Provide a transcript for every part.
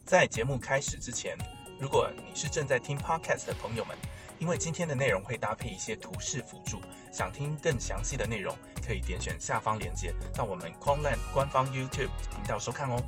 在节目开始之前，如果你是正在听 Podcast 的朋友们，因为今天的内容会搭配一些图示辅助，想听更详细的内容，可以点选下方连结到我们 Quanland 官方 YouTube 频道收看哦。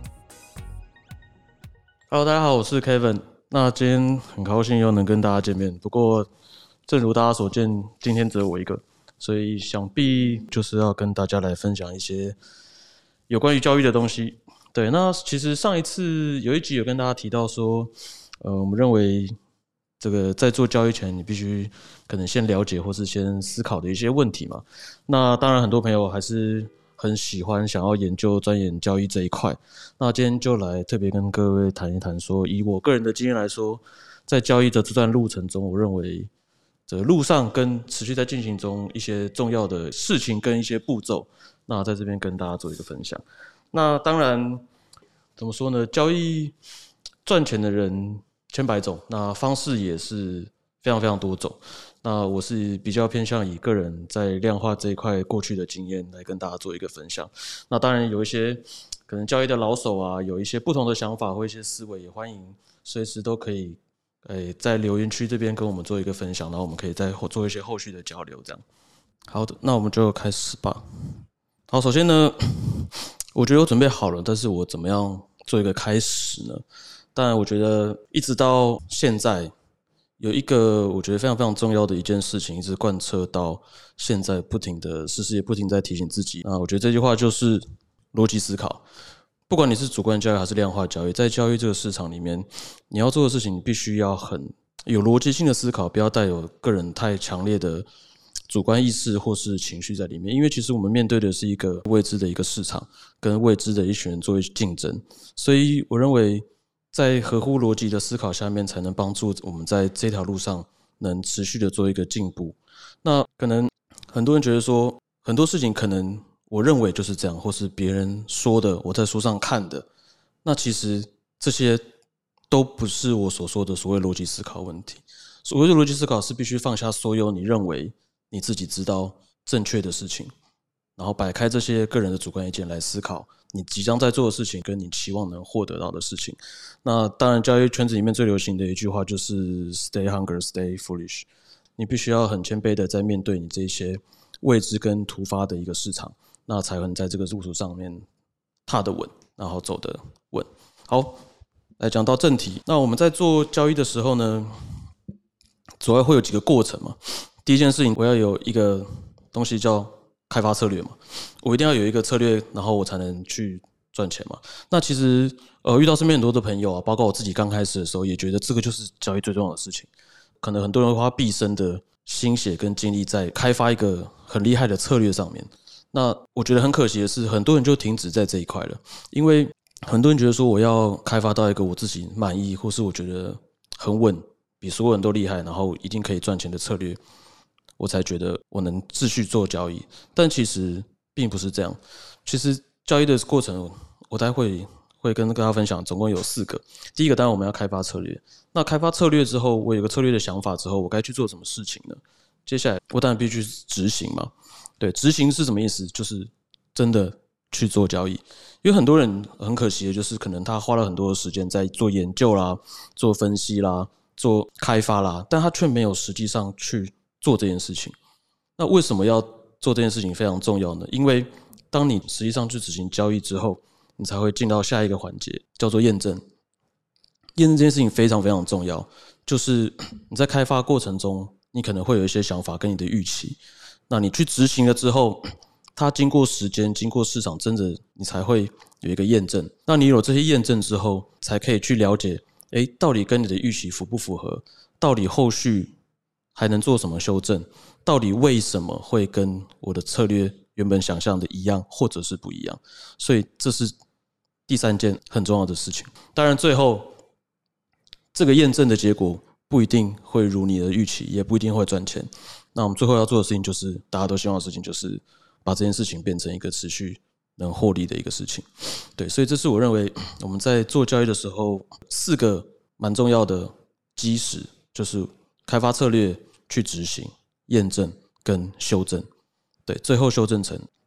Hello， 大家好，我是 Kevin。那今天很高兴又能跟大家见面，不过正如大家所见，今天只有我一个，所以想必就是要跟大家来分享一些有关于教育的东西。对，那其实上一次有一集有跟大家提到说，我们认为这个在做教育前，你必须可能先了解或是先思考的一些问题嘛。那当然，很多朋友还是很喜欢想要研究钻研教育这一块。那今天就来特别跟各位谈一谈说，以我个人的经验来说，在教育的这段路程中，我认为这路上跟持续在进行中一些重要的事情跟一些步骤，那在这边跟大家做一个分享。那当然怎么说呢，交易赚钱的人千百种，那方式也是非常非常多种。那我是比较偏向以个人在量化这一块过去的经验来跟大家做一个分享。那当然有一些可能交易的老手啊，有一些不同的想法或一些思维，也欢迎随时都可以在留言区这边跟我们做一个分享，然后我们可以再做一些后续的交流这样。好的，那我们就开始吧。好，首先呢，我觉得我准备好了，但是我怎么样做一个开始呢？当然我觉得一直到现在有一个我觉得非常非常重要的一件事情一直贯彻到现在，不停的时时也不停在提醒自己。我觉得这句话就是逻辑思考。不管你是主观教育还是量化教育，在教育这个市场里面，你要做的事情，你必须要很有逻辑性的思考，不要带有个人太强烈的主观意识或是情绪在里面。因为其实我们面对的是一个未知的一个市场，跟未知的一群人做竞争，所以我认为在合乎逻辑的思考下面，才能帮助我们在这条路上能持续的做一个进步。那可能很多人觉得说，很多事情可能我认为就是这样，或是别人说的，我在书上看的，那其实这些都不是我所说的所谓逻辑思考问题。所谓的逻辑思考是必须放下所有你认为你自己知道正确的事情，然后摆开这些个人的主观意见来思考你即将在做的事情跟你期望能获得到的事情。那当然教育圈子里面最流行的一句话就是 Stay hungry, stay foolish。 你必须要很谦卑的在面对你这些未知跟突发的一个市场，那才能在这个路途上面踏得稳，然后走得稳。好，来讲到正题。那我们在做交易的时候呢，主要会有几个过程嘛。第一件事情，我要有一个东西叫开发策略嘛，我一定要有一个策略，然后我才能去赚钱嘛。那其实遇到身边很多的朋友啊，包括我自己刚开始的时候，也觉得这个就是交易最重要的事情。可能很多人会花毕生的心血跟精力在开发一个很厉害的策略上面。那我觉得很可惜的是，很多人就停止在这一块了，因为很多人觉得说我要开发到一个我自己满意，或是我觉得很稳，比所有人都厉害，然后一定可以赚钱的策略，我才觉得我能继续做交易。但其实并不是这样。其实交易的过程，我待会会跟大家分享，总共有4个。第一个当然我们要开发策略。那开发策略之后，我有个策略的想法之后，我该去做什么事情呢？接下来我当然必须执行嘛。对，执行是什么意思？就是真的去做交易。因为很多人很可惜的就是可能他花了很多的时间在做研究啦、做分析啦、做开发啦，但他却没有实际上去做这件事情。那为什么要做这件事情非常重要呢？因为当你实际上去执行交易之后，你才会进到下一个环节，叫做验证。验证这件事情非常非常重要，就是你在开发过程中，你可能会有一些想法跟你的预期，那你去执行了之后，它经过时间、经过市场，真的你才会有一个验证。那你有这些验证之后，才可以去了解，到底跟你的预期符不符合？到底后续还能做什么修正？到底为什么会跟我的策略原本想象的一样，或者是不一样？所以这是第3件很重要的事情。当然最后这个验证的结果不一定会如你的预期，也不一定会赚钱。那我们最后要做的事情，就是大家都希望的事情，就是把这件事情变成一个持续能获利的一个事情。对，所以这是我认为我们在做交易的时候4个蛮重要的基石，就是开发策略、去执行、验证跟修正。对，最后修正成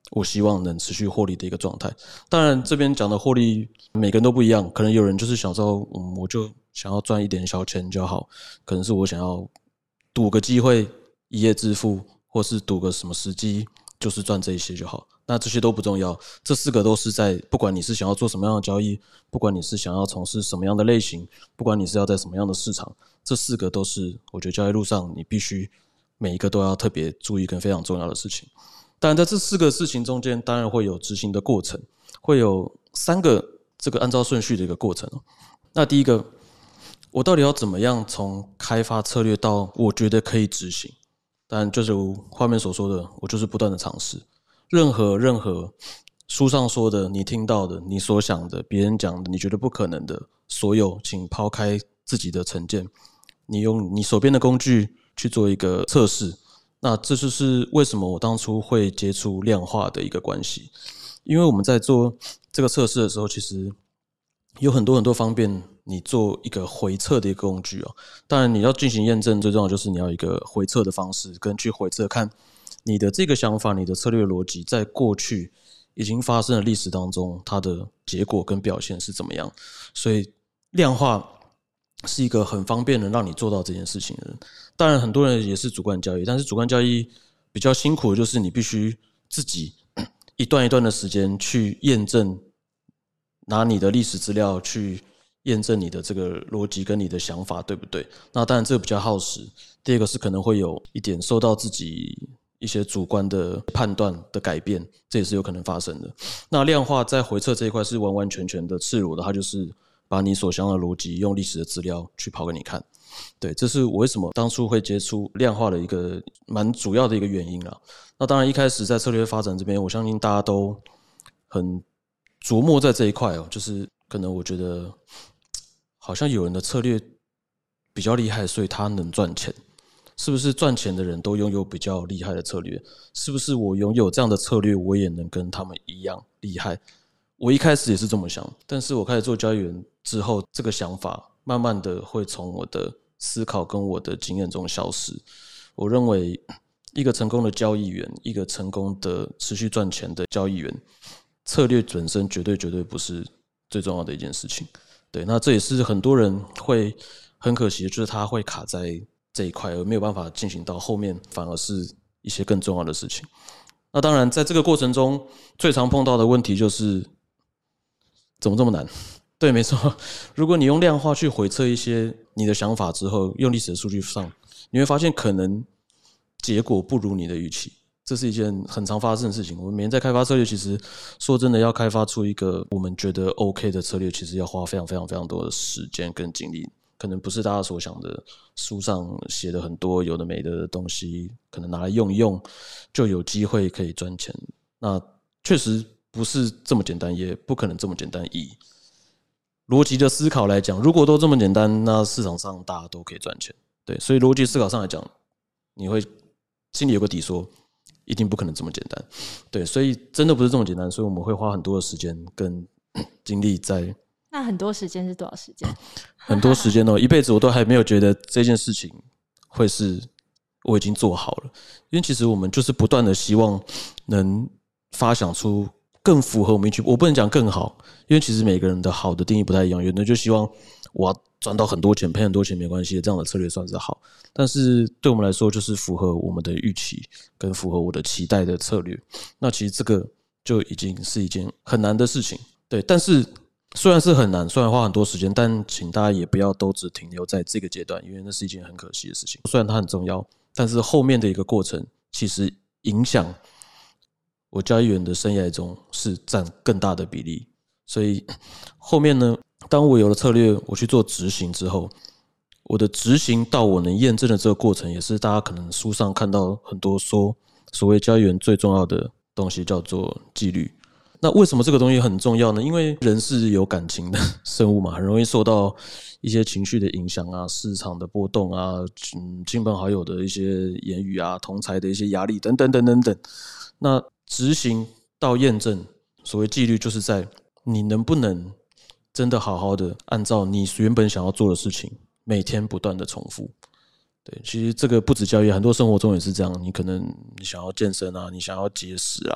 我希望能持续获利的一个状态。当然这边讲的获利每个人都不一样，可能有人就是想说我就想要赚一点小钱就好，可能是我想要赌个机会一夜致富，或是赌个什么时机就是赚这一些就好。那这些都不重要，这4个都是在不管你是想要做什么样的交易，不管你是想要从事什么样的类型，不管你是要在什么样的市场，这4个都是我觉得交易路上你必须每一个都要特别注意跟非常重要的事情。当然在这4个事情中间当然会有执行的过程，会有3个这个按照顺序的一个过程。那第一个，我到底要怎么样从开发策略到我觉得可以执行？当然就是如画面所说的，我就是不断的尝试。任何书上说的，你听到的，你所想的，别人讲的，你觉得不可能的，所有请抛开自己的成见，你用你手边的工具去做一个测试。那这就是为什么我当初会接触量化的一个关系。因为我们在做这个测试的时候，其实有很多方便你做一个回测的一个工具哦。当然你要进行验证，最重要就是你要有一个回测的方式，跟去回测看你的这个想法，你的策略逻辑在过去已经发生的历史当中，它的结果跟表现是怎么样。所以量化是一个很方便能让你做到这件事情的。当然很多人也是主观交易，但是主观交易比较辛苦的就是你必须自己一段一段的时间去验证，拿你的历史资料去验证你的这个逻辑跟你的想法对不对。那当然这个比较耗时。第二个是可能会有一点受到自己一些主观的判断的改变，这也是有可能发生的。那量化在回测这一块是完完全全的赤裸的，它就是把你所想的逻辑用历史的资料去跑给你看。对，这是我为什么当初会接触量化的一个蛮主要的一个原因啦。那当然一开始在策略发展这边，我相信大家都很琢磨在这一块哦，就是可能我觉得好像有人的策略比较厉害，所以他能赚钱。是不是赚钱的人都拥有比较厉害的策略？是不是我拥有这样的策略，我也能跟他们一样厉害？我一开始也是这么想，但是我开始做交易员之后，这个想法慢慢的会从我的思考跟我的经验中消失。我认为一个成功的交易员，一个成功的持续赚钱的交易员，策略本身绝对不是最重要的一件事情。对，那这也是很多人会很可惜的，就是他会卡在这一块，而没有办法进行到后面，反而是一些更重要的事情。那当然在这个过程中最常碰到的问题就是怎么这么难。对，没错，如果你用量化去回测一些你的想法之后，用历史的数据上，你会发现可能结果不如你的预期。这是一件很常发生的事情。我们每天在开发策略，其实说真的，要开发出一个我们觉得 OK 的策略，其实要花非常多的时间跟精力，可能不是大家所想的书上写的很多有的没的东西，可能拿来用一用就有机会可以赚钱。那确实不是这么简单，也不可能这么简单。以逻辑的思考来讲，如果都这么简单，那市场上大家都可以赚钱。对，所以逻辑思考上来讲，你会心里有个底说一定不可能这么简单。对，所以真的不是这么简单，所以我们会花很多的时间跟精力在。 那很多时间是多少时间？ 很多时间哦，一辈子我都还没有觉得这件事情会是我已经做好了。因为其实我们就是不断的希望能发想出更符合我们我不能讲更好，因为其实每个人的好的定义不太一样。有的就希望我要赚到很多钱，赔很多钱没关系，这样的策略算是好。但是对我们来说，就是符合我们的预期跟符合我的期待的策略。那其实这个就已经是一件很难的事情。对，但是虽然是很难，虽然花很多时间，但请大家也不要都只停留在这个阶段，因为那是一件很可惜的事情。虽然它很重要，但是后面的一个过程其实影响我交易员的生涯中是占更大的比例。所以后面呢，当我有了策略，我去做执行之后，我的执行到我能验证的这个过程，也是大家可能书上看到很多说所谓交易员最重要的东西叫做纪律。那为什么这个东西很重要呢？因为人是有感情的生物嘛，很容易受到一些情绪的影响啊，市场的波动啊，亲朋好友的一些言语啊，同侪的一些压力等等。那执行到验证，所谓纪律就是在你能不能真的好好的按照你原本想要做的事情，每天不断的重复。对，其实这个不止交易，很多生活中也是这样。你可能你想要健身啊，你想要节食啊，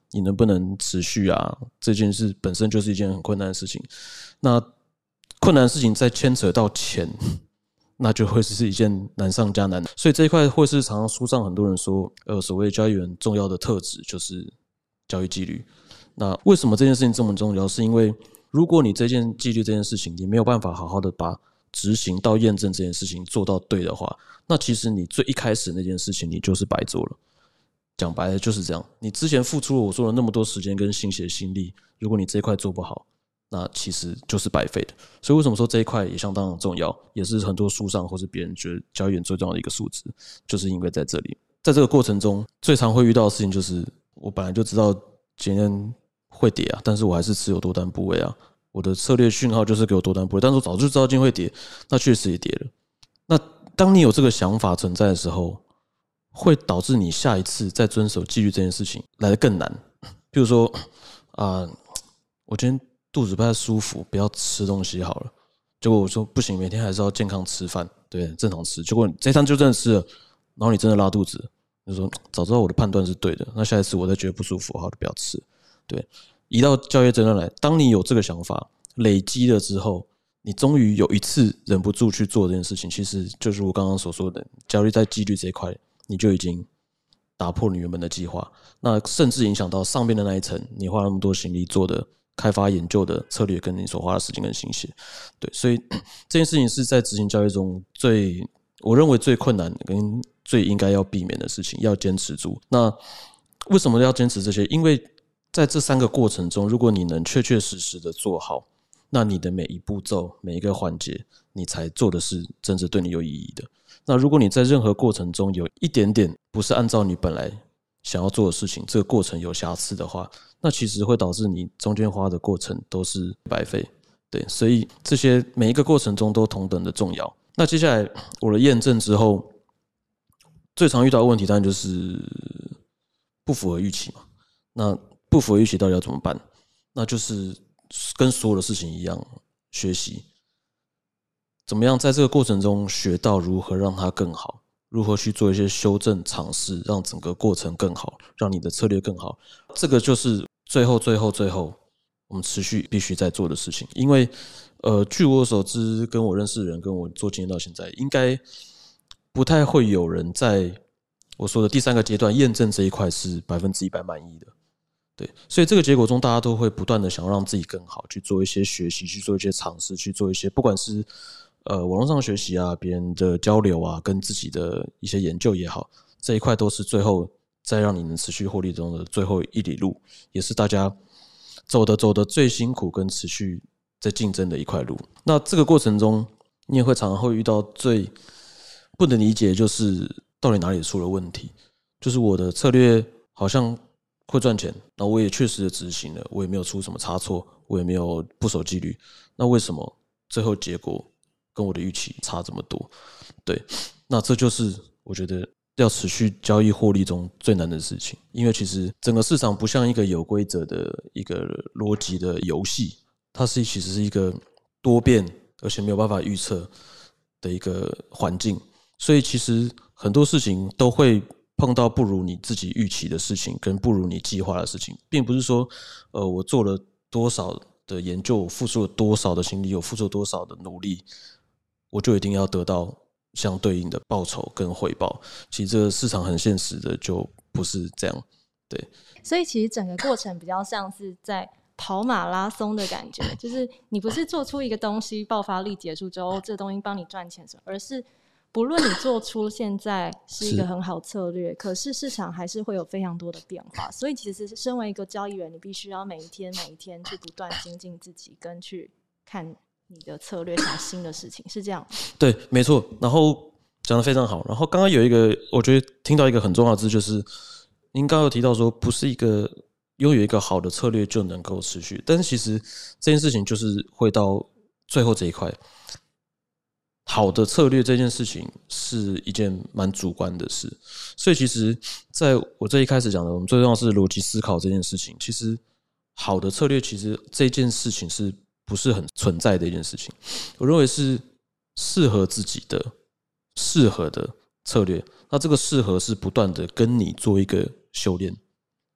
你能不能持续啊？这件事本身就是一件很困难的事情。那困难的事情再牵扯到钱，那就会是一件难上加难的。所以这一块会是常常书上很多人说，所谓交易员重要的特质就是交易纪律。那为什么这件事情这么重要？是因为如果你这件纪律这件事情，你没有办法好好的把执行到验证这件事情做到对的话，那其实你最一开始那件事情你就是白做了。讲白了就是这样，你之前付出了我说了那么多时间跟心血心力，如果你这一块做不好，那其实就是白费的。所以为什么说这一块也相当重要，也是很多书上或是别人觉得交易员最重要的一个素质，就是因为在这里，在这个过程中最常会遇到的事情就是，我本来就知道今天会跌啊，但是我还是持有多单部位啊。我的策略讯号就是给我多单部位，但是我早就知道今天会跌，那确实也跌了。那当你有这个想法存在的时候，会导致你下一次再遵守纪律这件事情来得更难。比如说我今天肚子不太舒服，不要吃东西好了。结果我说不行，每天还是要健康吃饭，对，正常吃。结果你这餐就真的吃了，然后你真的拉肚子，就说早知道我的判断是对的，那下一次我再觉得不舒服，好就不要吃。对，移到交易真正来，当你有这个想法累积了之后，你终于有一次忍不住去做这件事情，其实就是我刚刚所说的，交易在纪律这一块，你就已经打破你原本的计划，那甚至影响到上面的那一层，你花那么多心力做的开发研究的策略，跟你所花的时间跟心血，对，所以这件事情是在执行交易中我认为最困难跟最应该要避免的事情，要坚持住。那为什么要坚持这些？因为在这3个过程中，如果你能确确实实的做好，那你的每一步骤、每一个环节，你才做的是真正对你有意义的。那如果你在任何过程中有一点点不是按照你本来想要做的事情，这个过程有瑕疵的话，那其实会导致你中间花的过程都是白费。对，所以这些每一个过程中都同等的重要。那接下来我的验证之后，最常遇到的问题当然就是不符合预期嘛。那不符合预期到底要怎么办？那就是跟所有的事情一样，学习怎么样在这个过程中学到如何让它更好，如何去做一些修正尝试，让整个过程更好，让你的策略更好。这个就是最后我们持续必须在做的事情。因为据我所知，跟我认识的人，跟我做经验到现在，应该不太会有人在我说的第3个阶段验证这一块是100%满意的。对，所以这个结果中，大家都会不断的想要让自己更好，去做一些学习，去做一些尝试，去做一些不管是网络上学习啊，别人的交流啊，跟自己的一些研究也好，这一块都是最后再让你能持续获利中的最后一里路，也是大家走的最辛苦跟持续在竞争的一块路。那这个过程中，你也会常常会遇到最不能理解，就是到底哪里出了问题，就是我的策略好像会赚钱，那我也确实的执行了，我也没有出什么差错，我也没有不守纪律，那为什么最后结果跟我的预期差这么多？对，那这就是我觉得要持续交易获利中最难的事情。因为其实整个市场不像一个有规则的一个逻辑的游戏，它其实是一个多变而且没有办法预测的一个环境，所以其实很多事情都会碰到不如你自己预期的事情，跟不如你计划的事情，并不是说我做了多少的研究，我付出了多少的心力，我付出了多少的努力，我就一定要得到相对应的报酬跟回报。其实这个市场很现实的，就不是这样。对， 所以其实整个过程比较像是在跑马拉松的感觉，就是你不是做出一个东西爆发力结束之后，这东西帮你赚钱什么，而是不论你做出现在是一个很好策略，可是市场还是会有非常多的变化。所以其实身为一个交易员，你必须要每一天去不断精进自己，跟去看你的策略想新的事情，是这样。 对，没错。然后讲得非常好。然后刚刚有一个，我觉得听到一个很重要的字，就是您刚刚有提到说，不是一个拥有一个好的策略就能够持续，但是其实这件事情就是会到最后这一块。好的策略这件事情是一件蛮主观的事，所以其实在我这一开始讲的，我们最重要的是逻辑思考这件事情。其实好的策略，其实这件事情是不是很存在的一件事情？我认为是适合自己的、适合的策略。那这个适合是不断的跟你做一个修炼，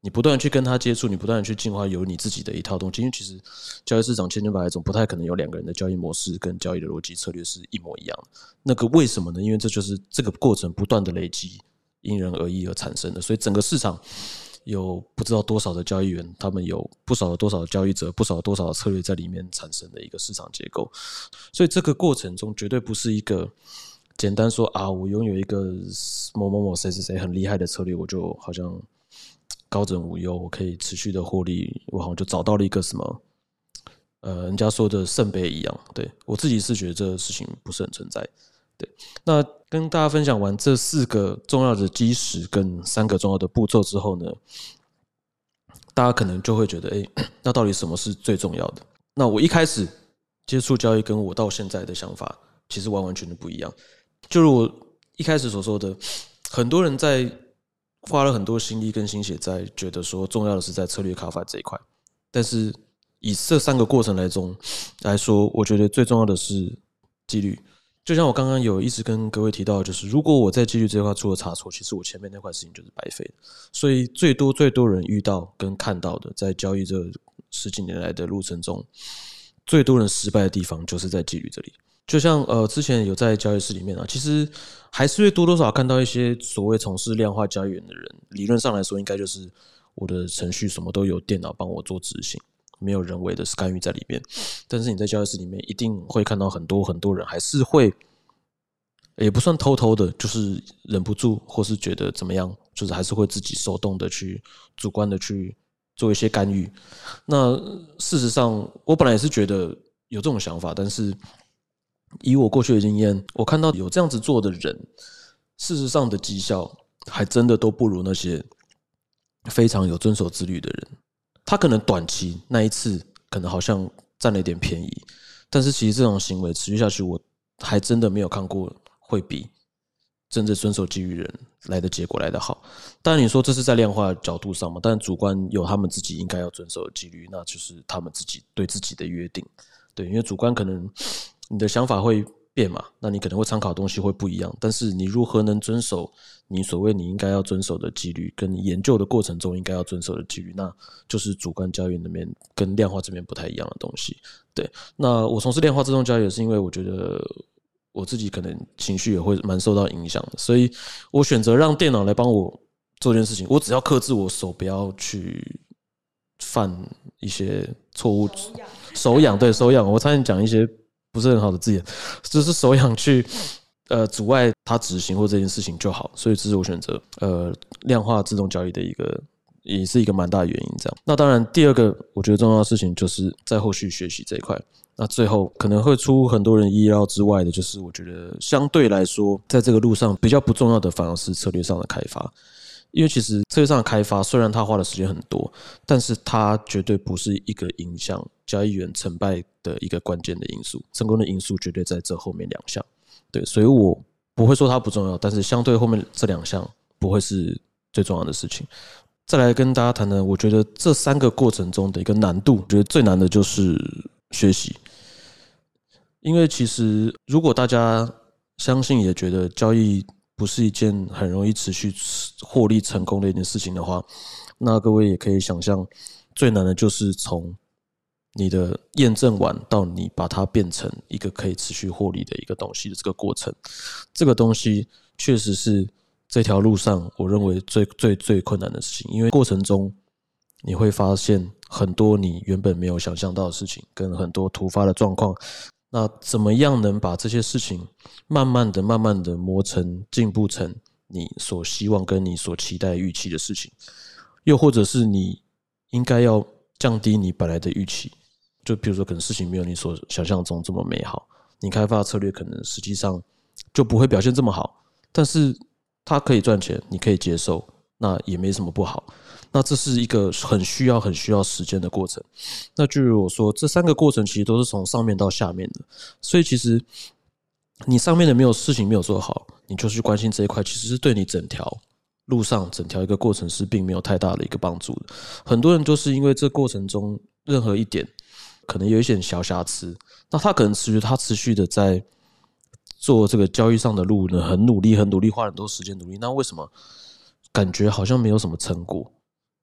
你不断去跟他接触，你不断去进化，有你自己的一套东西。因为其实交易市场千千百百种，不太可能有两个人的交易模式跟交易的逻辑策略是一模一样的。那个为什么呢？因为这就是这个过程不断的累积，因人而异而产生的。所以整个市场有不知道多少的交易员，他们有不少的多少的交易者，不少的多少的策略在里面产生的一个市场结构。所以这个过程中绝对不是一个简单说啊，我拥有一个某某某谁谁谁很厉害的策略，我就好像高枕无忧，我可以持续的获利，我好像就找到了一个什么人家说的圣杯一样。对，我自己是觉得这个事情不是很存在。对，那跟大家分享完这4个重要的基石跟3个重要的步骤之后呢，大家可能就会觉得那到底什么是最重要的？那我一开始接触交易跟我到现在的想法其实完完全全不一样。就如我一开始所说的，很多人在花了很多心力跟心血在觉得说重要的是在策略卡法这一块，但是以这3个过程来说，我觉得最重要的是纪律。就像我刚刚有一直跟各位提到的，就是如果我在纪律这块出了差错，其实我前面那块事情就是白费的。所以最多人遇到跟看到的，在交易这10几年来的路程中，最多人失败的地方就是在纪律这里。就像之前有在交易室里面其实还是会多多少少看到一些所谓从事量化交易员的人，理论上来说应该就是我的程序什么都有电脑帮我做执行，没有人为的干预在里面。但是你在交易室里面一定会看到很多人还是会，也不算偷偷的，就是忍不住或是觉得怎么样，就是还是会自己手动的去主观的去做一些干预。那事实上我本来也是觉得有这种想法，但是以我过去的经验，我看到有这样子做的人，事实上的绩效还真的都不如那些非常有遵守自律的人。他可能短期那一次可能好像占了一点便宜，但是其实这种行为持续下去，我还真的没有看过会比真正遵守纪律人来的结果来得好。当然你说这是在量化角度上嘛，但主观有他们自己应该要遵守的纪律，那就是他们自己对自己的约定。对，因为主观可能你的想法会变嘛，那你可能会参考的东西会不一样，但是你如何能遵守你所谓你应该要遵守的纪律，跟你研究的过程中应该要遵守的纪律，那就是主观交易那边跟量化这边不太一样的东西。对，那我从事量化自动交易也是因为我觉得我自己可能情绪也会蛮受到影响的，所以我选择让电脑来帮我做这件事情，我只要克制我手不要去犯一些错误，手痒，对，手痒，我差点讲一些不是很好的字眼，就是手痒去阻碍他执行或这件事情就好，所以这是我选择量化自动交易的也是一个蛮大的原因。这样，那当然第二个我觉得重要的事情就是在后续学习这一块。那最后可能会出很多人意料之外的，就是我觉得相对来说，在这个路上比较不重要的反而是策略上的开发。因为其实策略上的开发虽然它花的时间很多，但是它绝对不是一个影响交易员成败的一个关键的因素，成功的因素绝对在这后面2项。对，所以我不会说它不重要，但是相对后面这2项不会是最重要的事情。再来跟大家谈谈，我觉得这3个过程中的一个难度，我觉得最难的就是学习。因为其实如果大家相信也觉得交易不是一件很容易持续获利成功的一件事情的话，那各位也可以想象，最难的就是从你的验证完到你把它变成一个可以持续获利的一个东西的这个过程。这个东西确实是这条路上我认为最困难的事情，因为过程中你会发现很多你原本没有想象到的事情，跟很多突发的状况。那怎么样能把这些事情慢慢的磨成进步成你所希望跟你所期待预期的事情，又或者是你应该要降低你本来的预期，就比如说可能事情没有你所想象中这么美好，你开发的策略可能实际上就不会表现这么好，但是它可以赚钱，你可以接受，那也没什么不好。那这是一个很需要时间的过程。那就如我说，这3个过程其实都是从上面到下面的，所以其实你上面的事情没有做好，你就去关心这一块，其实是对你整条路上整条一个过程是并没有太大的一个帮助的。很多人就是因为这过程中任何一点可能有一些小瑕疵，那他可能持续的在做这个交易上的路呢，很努力花很多时间努力，那为什么感觉好像没有什么成果？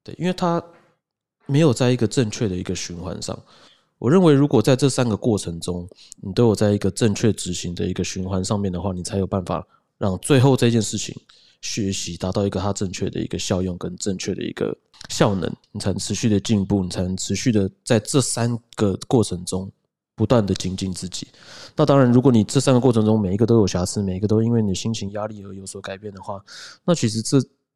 对，因为它没有在一个正确的一个循环上。我认为如果在这3个过程中你都有在一个正确执行的一个循环上面的话，你才有办法让最后这件事情学习达到一个它正确的一个效用跟正确的一个效能，你才能持续的进步，你才能持续的在这3个过程中不断的精进自己。那当然如果你这3个过程中每一个都有瑕疵，每一个都因为你的心情压力而有所改变的话，那其实这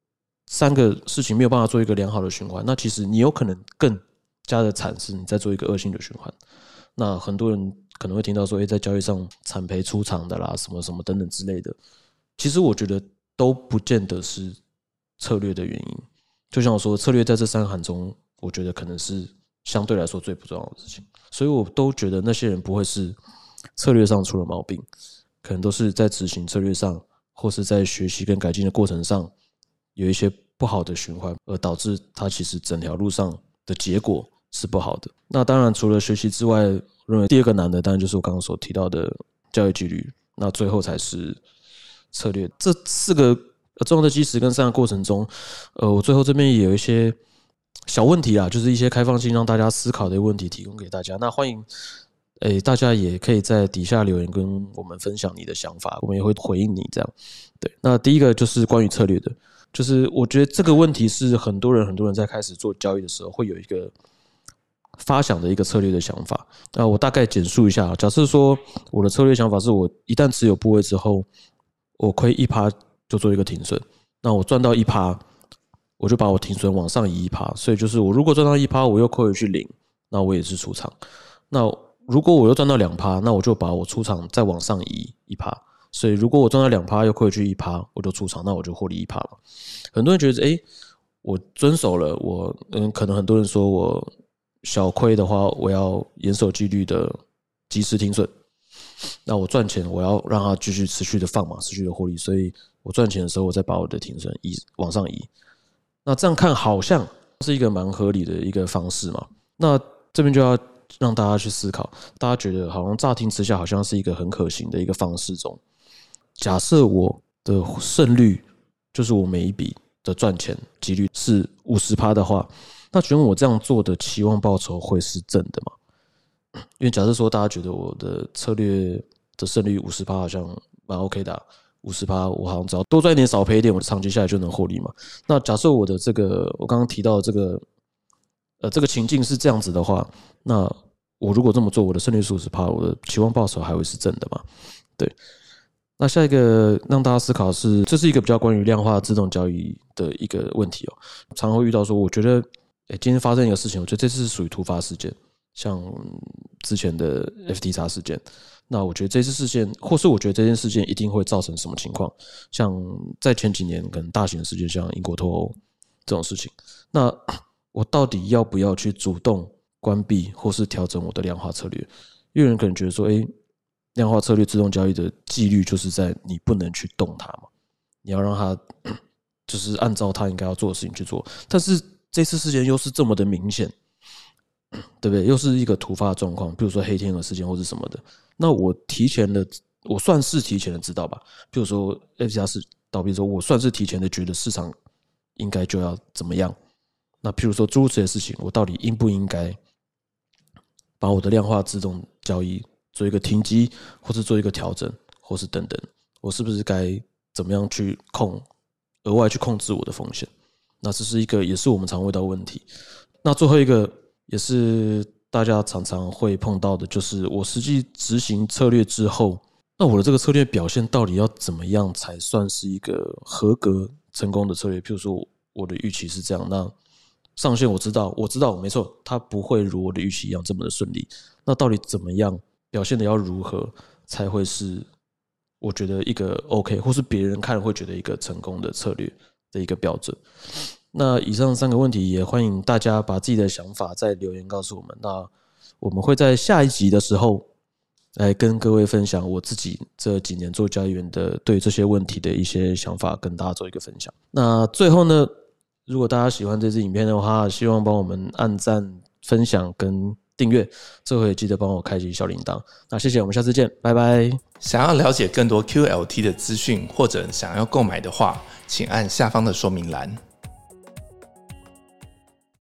3个事情没有办法做一个良好的循环，那其实你有可能更加的惨是你在做一个恶性的循环。那很多人可能会听到说在交易上惨赔出场的啦，什么什么等等之类的，其实我觉得都不见得是策略的原因。就像我说，策略在这3环中我觉得可能是相对来说最不重要的事情，所以我都觉得那些人不会是策略上出了毛病，可能都是在执行策略上或是在学习跟改进的过程上有一些不好的循环，而导致他其实整条路上的结果是不好的。那当然除了学习之外，认为第2个难的当然就是我刚刚所提到的交易纪律，那最后才是策略。这4个重要的基石跟3个过程中，我最后这边也有一些小问题啦，就是一些开放性让大家思考的问题提供给大家。那欢迎大家也可以在底下留言跟我们分享你的想法，我们也会回应你这样。对，那第一个就是关于策略的，就是我觉得这个问题是很多人在开始做交易的时候会有一个发想的一个策略的想法。那我大概简述一下，假设说我的策略想法是我一旦持有部位之后，我亏 1% 就做一个停损，那我赚到 1%我就把我停损往上移 1%， 所以就是我如果赚到 1% 我又亏回去0%，那我也是出场。那如果我又赚到 2%， 那我就把我出场再往上移 1%， 所以如果我赚到 2% 又亏回去 1%， 我就出场，那我就获利 1% 了。很多人觉得我遵守了，我可能很多人说我小亏的话我要严守纪律的及时停损，那我赚钱我要让它继续持续的放嘛，持续的获利，所以我赚钱的时候我再把我的停损往上移。那这样看好像是一个蛮合理的一个方式嘛。那这边就要让大家去思考，大家觉得好像乍听之下好像是一个很可行的一个方式中，假设我的胜率就是我每一笔的赚钱几率是 50% 的话，那请问我这样做的期望报酬会是正的吗？因为假设说大家觉得我的策略的胜率 50% 好像蛮 OK 的50%我好像只要多赚一点少赔一点，我长期下来就能获利嘛。那假设我的这个我刚刚提到的这个情境是这样子的话，那我如果这么做，我的胜率是 50%， 我的期望报酬还会是正的嘛？对。那下一个让大家思考的是，这是一个比较关于量化自动交易的一个问题哦。常常会遇到说，我觉得今天发生一个事情，我觉得这次是属于突发事件，像之前的 FTX 事件。那我觉得这次事件，或是我觉得这件事件一定会造成什么情况？像在前几年可能大型的事件，像英国脱欧这种事情，那我到底要不要去主动关闭或是调整我的量化策略？因为有人可能觉得说，量化策略自动交易的纪律就是在你不能去动它嘛，你要让它就是按照它应该要做的事情去做。但是这次事件又是这么的明显，对不对？又是一个突发的状况，比如说黑天鹅事件或是什么的。那我算是提前的知道吧。比如说 FTX 倒闭的时候，我算是提前的觉得市场应该就要怎么样。那譬如说诸如此类的事情，我到底应不应该把我的量化自动交易做一个停机，或是做一个调整，或是等等，我是不是该怎么样去额外去控制我的风险？那这是一个也是我们常遇到的问题。那最后一个也是大家常常会碰到的，就是我实际执行策略之后，那我的这个策略表现到底要怎么样才算是一个合格成功的策略？譬如说我的预期是这样，那上限我知道没错，它不会如我的预期一样这么的顺利。那到底怎么样表现的要如何才会是我觉得一个 OK， 或是别人看会觉得一个成功的策略的一个标准？那以上3个问题也欢迎大家把自己的想法在留言告诉我们。那我们会在下一集的时候来跟各位分享我自己这几年做交易员的对这些问题的一些想法，跟大家做一个分享。那最后呢，如果大家喜欢这支影片的话，希望帮我们按赞、分享跟订阅，最后也记得帮我开启小铃铛。那谢谢，我们下次见，拜拜。 想要了解更多 QLT 的资讯或者想要购买的话，请按下方的说明栏。